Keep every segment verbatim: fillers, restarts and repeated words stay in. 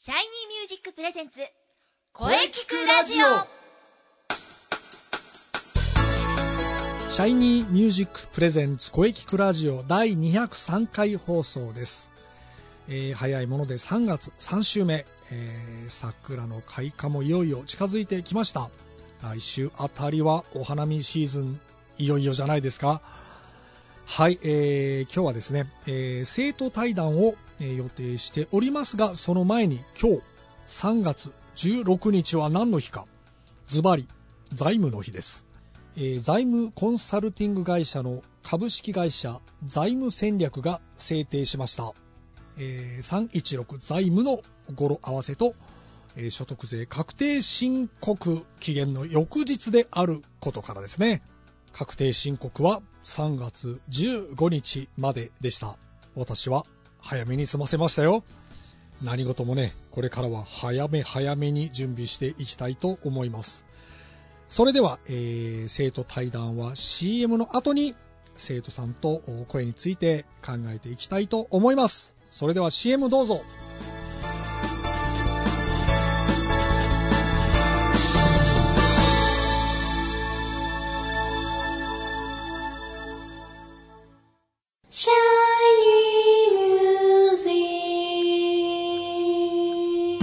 シャイニーミュージックプレゼンツ声聞くラジオ。 シャイニーミュージックプレゼンツ声聞くラジオだいにひゃくさんかい放送です。えー、早いものでさんがつさん週目、えー、桜の開花もいよいよ近づいてきました。来週あたりはお花見シーズンいよいよじゃないですか。はい、えー、今日はですね、えー、生徒対談を、えー、予定しておりますが、その前に今日さんがつじゅうろくにちは何の日か。ズバリ財務の日です。えー、財務コンサルティング会社の株式会社財務戦略が制定しました。えー、さんいちろく財務の語呂合わせと、えー、所得税確定申告期限の翌日であることからですね、確定申告はさんがつじゅうごにちまででした。私は早めに済ませましたよ。何事もね、これからは早め早めに準備していきたいと思います。それでは、えー、生徒対談は シーエム の後に生徒さんと声について考えていきたいと思います。それでは シーエム どうぞ。 シャイニーミュージック。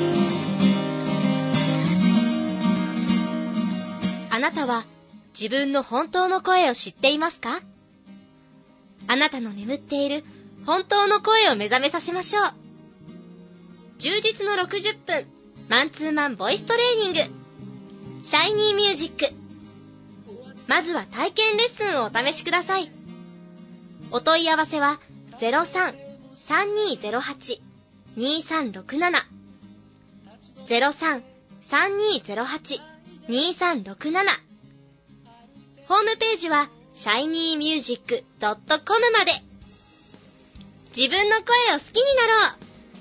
あなたは自分の本当の声を知っていますか？あなたの眠っている本当の声を目覚めさせましょう。充実のろくじゅっぷんマンツーマンボイストレーニング、シャイニーミュージック。まずは体験レッスンをお試しください。お問い合わせは ゼロさん さんにーゼロはち にーさんろくなな ゼロさん さんにーゼロはち にーさんろくなな。ホームページは シャイニーミュージックドットコム まで。自分の声を好きになろう。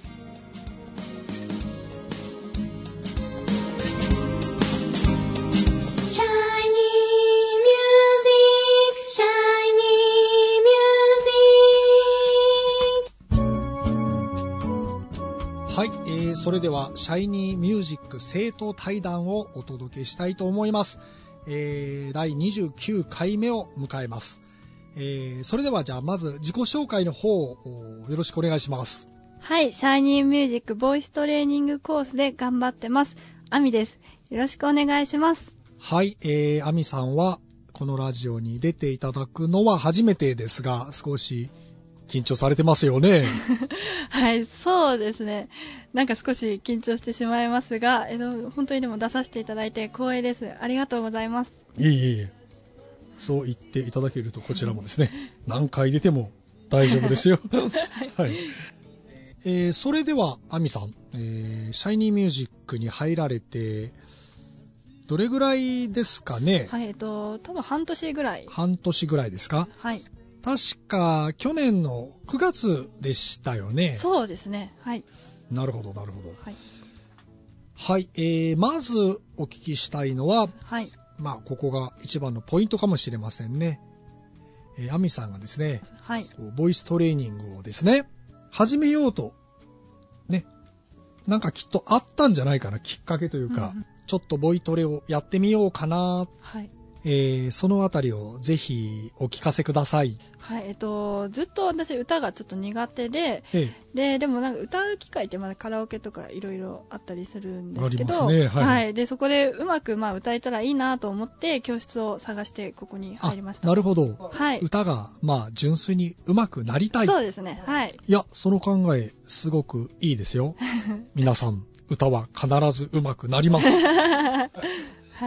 シャイニーミュージック、シャイニーはい、えー、それではシャイニーミュージック生徒対談をお届けしたいと思います。えー、だいにじゅうきゅうかいめを迎えます。えー、それではじゃあまず自己紹介の方をよろしくお願いします。 はい、シャイニーミュージックボイストレーニングコースで頑張ってますアミです。よろしくお願いします。 はい、えー、アミさんはこのラジオに出ていただくのは初めてですが、少し緊張されてますよね。 はい、そうですね。なんか少し緊張してしまいますが、えっと、本当にでも出させていただいて光栄です。ありがとうございます。 いえいえ、そう言っていただけるとこちらもですね、何回出ても大丈夫ですよ。はい。えー、それではアミさん、えー、シャイニーミュージックに入られてどれぐらいですかね？ はい、えっと多分半年ぐらい。 半年ぐらいですか？ はい。 確か去年のくがつでしたよね。 そうですね。はい。 なるほどなるほど。 はい。 はい、えー、まずお聞きしたいのは、 はい。 まあここが一番のポイントかもしれませんね。えー、アミさんがですね、 はい。 ボイストレーニングをですね、始めようとね、なんかきっとあったんじゃないかな、きっかけというか、うんうん、ちょっとボイトレをやってみようかな。 はい。 えー、そのあたりをぜひお聞かせください。 はい、えっとずっと私歌がちょっと苦手で、ええ、ででもなんか歌う機会ってまだカラオケとかいろいろあったりするんですけど、 ありますね、はい、 はい、でそこでうまくまあ歌えたらいいなと思って教室を探してここに入りました。 なるほど、 はい、 歌がまあ純粋にうまくなりたい。 そうですね、はい。 いや、その考えすごくいいですよ。皆さん歌は必ずうまくなります。 はい。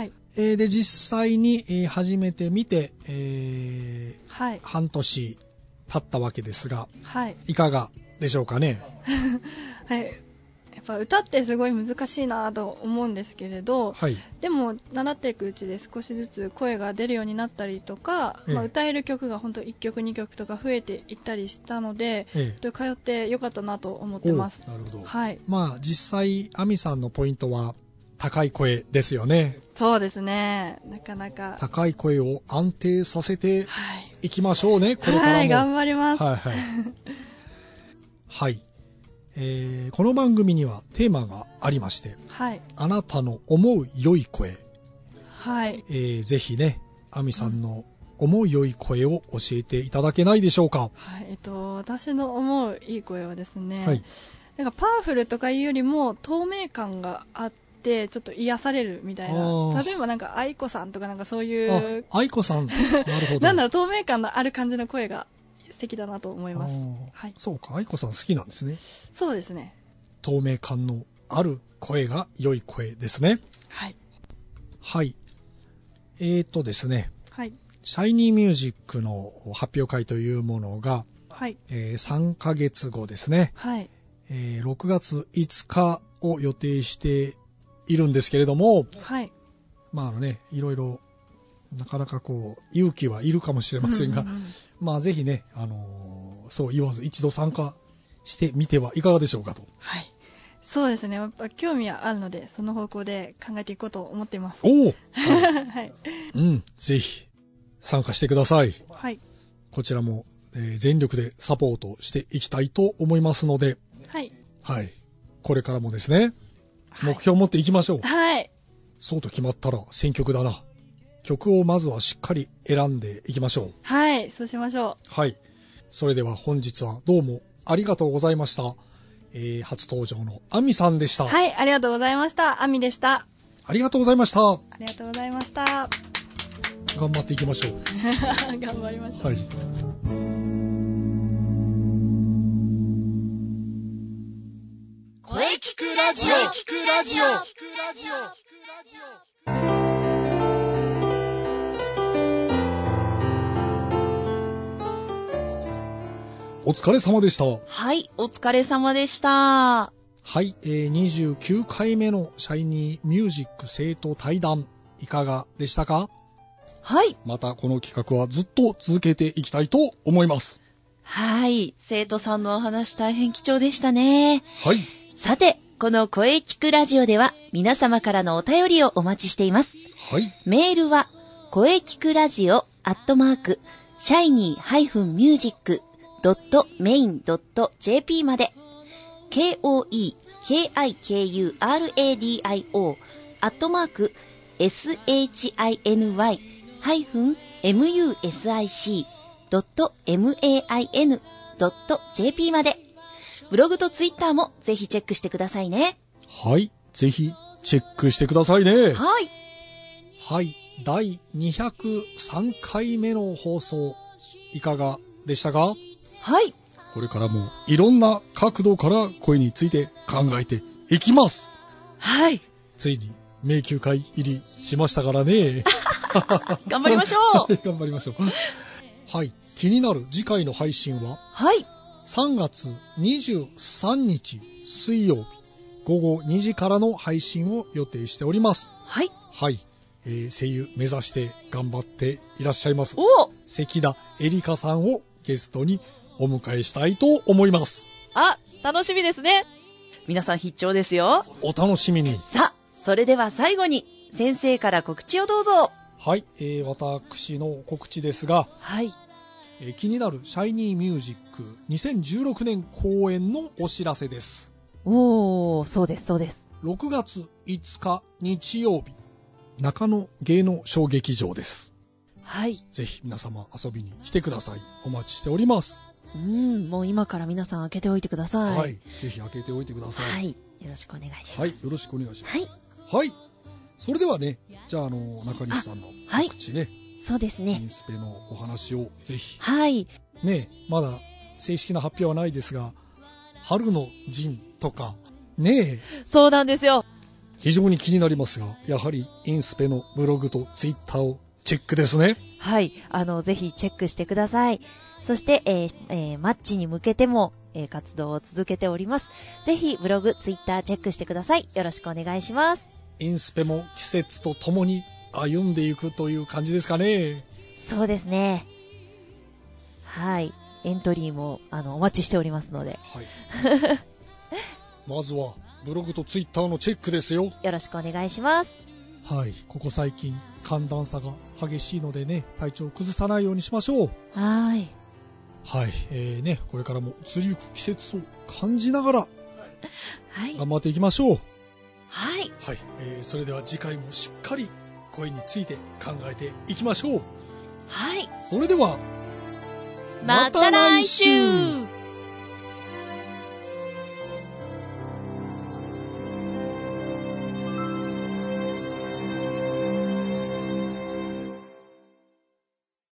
で実際に始めてみて、えーはい、 半年経ったわけですが、 はい、 いかがでしょうかね。 はい、やっぱ歌ってすごい難しいなと思うんですけれど、はい、でも習っていくうちで少しずつ声が出るようになったりとか、ええまあ、歌える曲が本当いっきょくにきょくとか増えていったりしたので、ええ、通ってよかったなと思ってます。 なるほど、 はい、 まあ実際アミさんのポイントは高い声ですよね。 そうですね、なかなか高い声を安定させていきましょうね、はい、これからも。 はい、頑張ります。 はいはい、はい、 えー、この番組にはテーマがありまして、 はい、 あなたの思う良い声、 はい、 えー、ぜひね、あみさんの思う良い声を教えていただけないでしょうか。 はい、えっと、私の思ういい声はですね、 はい、 なんかパワフルとかいうよりも透明感があってちょっと癒されるみたいな。例えばなんか愛子さんとかなんかそういう、 あ、愛子さん、なるほど。 なんだろう、透明感のある感じの声が素敵だなと思います。はい、 そうか、愛子さん好きなんですね。 そうですね。 透明感のある声が良い声ですね。 はい。 はい。えーとですね。 はい。 シャイニーミュージックの発表会というものが、 はい、 えー、さんかげつごですね。 はい。 えー、ろくがついつかを予定しているんですけれども、 はい。 まああのね、いろいろなかなかこう勇気はいるかもしれませんが、うんうんうん、まあぜひね、あのー、そう言わず一度参加してみてはいかがでしょうかと。 はい。そうですね。やっぱ興味はあるので、その方向で考えていこうと思っています。 おお。 はい。はい、 うん、ぜひ参加してください。 はい。 こちらも、えー、全力でサポートしていきたいと思いますので、 はい。 はい。これからもですね、はい、目標を持っていきましょう。 はい。 そうと決まったら選曲だな。曲をまずはしっかり選んでいきましょう。 はい、そうしましょう。はい。それでは本日はどうもありがとうございました。えー、初登場のあみさんでした。 はい、ありがとうございました。あみでした。 ありがとうございました。ありがとうございました。 頑張っていきましょう。 頑張りましょう。 はい。 声聞くラジオ。聞くラジオ。聞くラジオ。 お疲れ様でした。 はい、お疲れ様でした。 はい、えー、にじゅうきゅうかいめのシャイニーミュージック生徒対談いかがでしたか？ はい。 またこの企画はずっと続けていきたいと思います。 はい、生徒さんのお話大変貴重でしたね。 はい。 さて、この声聞くラジオでは皆様からのお便りをお待ちしています。 はい。 メールは声聞くラジオアットマークシャイニーハイフンミュージックドットメインドットジェーピー まで ケーオーイーケーアイケーユーアールエーディーアイオー アットマーク エスエイチアイエヌワイ ハイフン ミュージック ドットメイン ドット ジェーピー まで。ブログとツイッターもぜひチェックしてくださいね。 はい、ぜひチェックしてくださいね。 はい。 はい、だいにひゃくさんかいめの放送いかがでしたか？ はい。 これからもいろんな角度から声について考えていきます。 はい。 ついに迷宮会入りしましたからね。 頑張りましょう。 頑張りましょう。はい。気になる次回の配信は、 はい。 さんがつにじゅうさんにち水曜日ごごにじからの配信を予定しております。 はい。 はい。えー、声優目指して頑張っていらっしゃいます。 お関田エリカさんをゲストにお迎えしたいと思います。 あ、楽しみですね。皆さん必聴ですよ。 お楽しみに。 さあ、それでは最後に先生から告知をどうぞ。 はい、えー、私の告知ですが、 はい、 えー、気になるシャイニーミュージックにせんじゅうろくねん公演のお知らせです。 おー、そうですそうです。 ろくがついつか日曜日、中野芸能小劇場です。 はい。 ぜひ皆様遊びに来てください。お待ちしております。 うん、もう今から皆さん開けておいてください。 はい、ぜひ開けておいてください。 はい、よろしくお願いします。 はい、よろしくお願いします。 はい。 はい。それではね、じゃあ、あの、中西さんの告知ね。はい、 そうですね。 インスペのお話をぜひ。 はい。 ね、まだ正式な発表はないですが、春の陣とか、ね。 そうなんですよ。 非常に気になりますが、やはりインスペのブログとツイッターをチェックですね。 はい。あの、ぜひチェックしてください。そして、えーえー、マッチに向けても、えー、活動を続けております。ぜひブログ、ツイッターチェックしてください。よろしくお願いします。 インスペも季節とともに歩んでいくという感じですかね。 そうですね。はい。エントリーもあのお待ちしておりますので。 はい。まずはブログとツイッターのチェックですよ。 よろしくお願いします。 はい。ここ最近寒暖差が激しいのでね、体調を崩さないようにしましょう。 はい。 はい。えー、ね、これからも移りゆく季節を感じながらはい。 頑張っていきましょう。 はい。 はい、えー、それでは次回もしっかり声について考えていきましょう。 はい。 それでは、 また来週。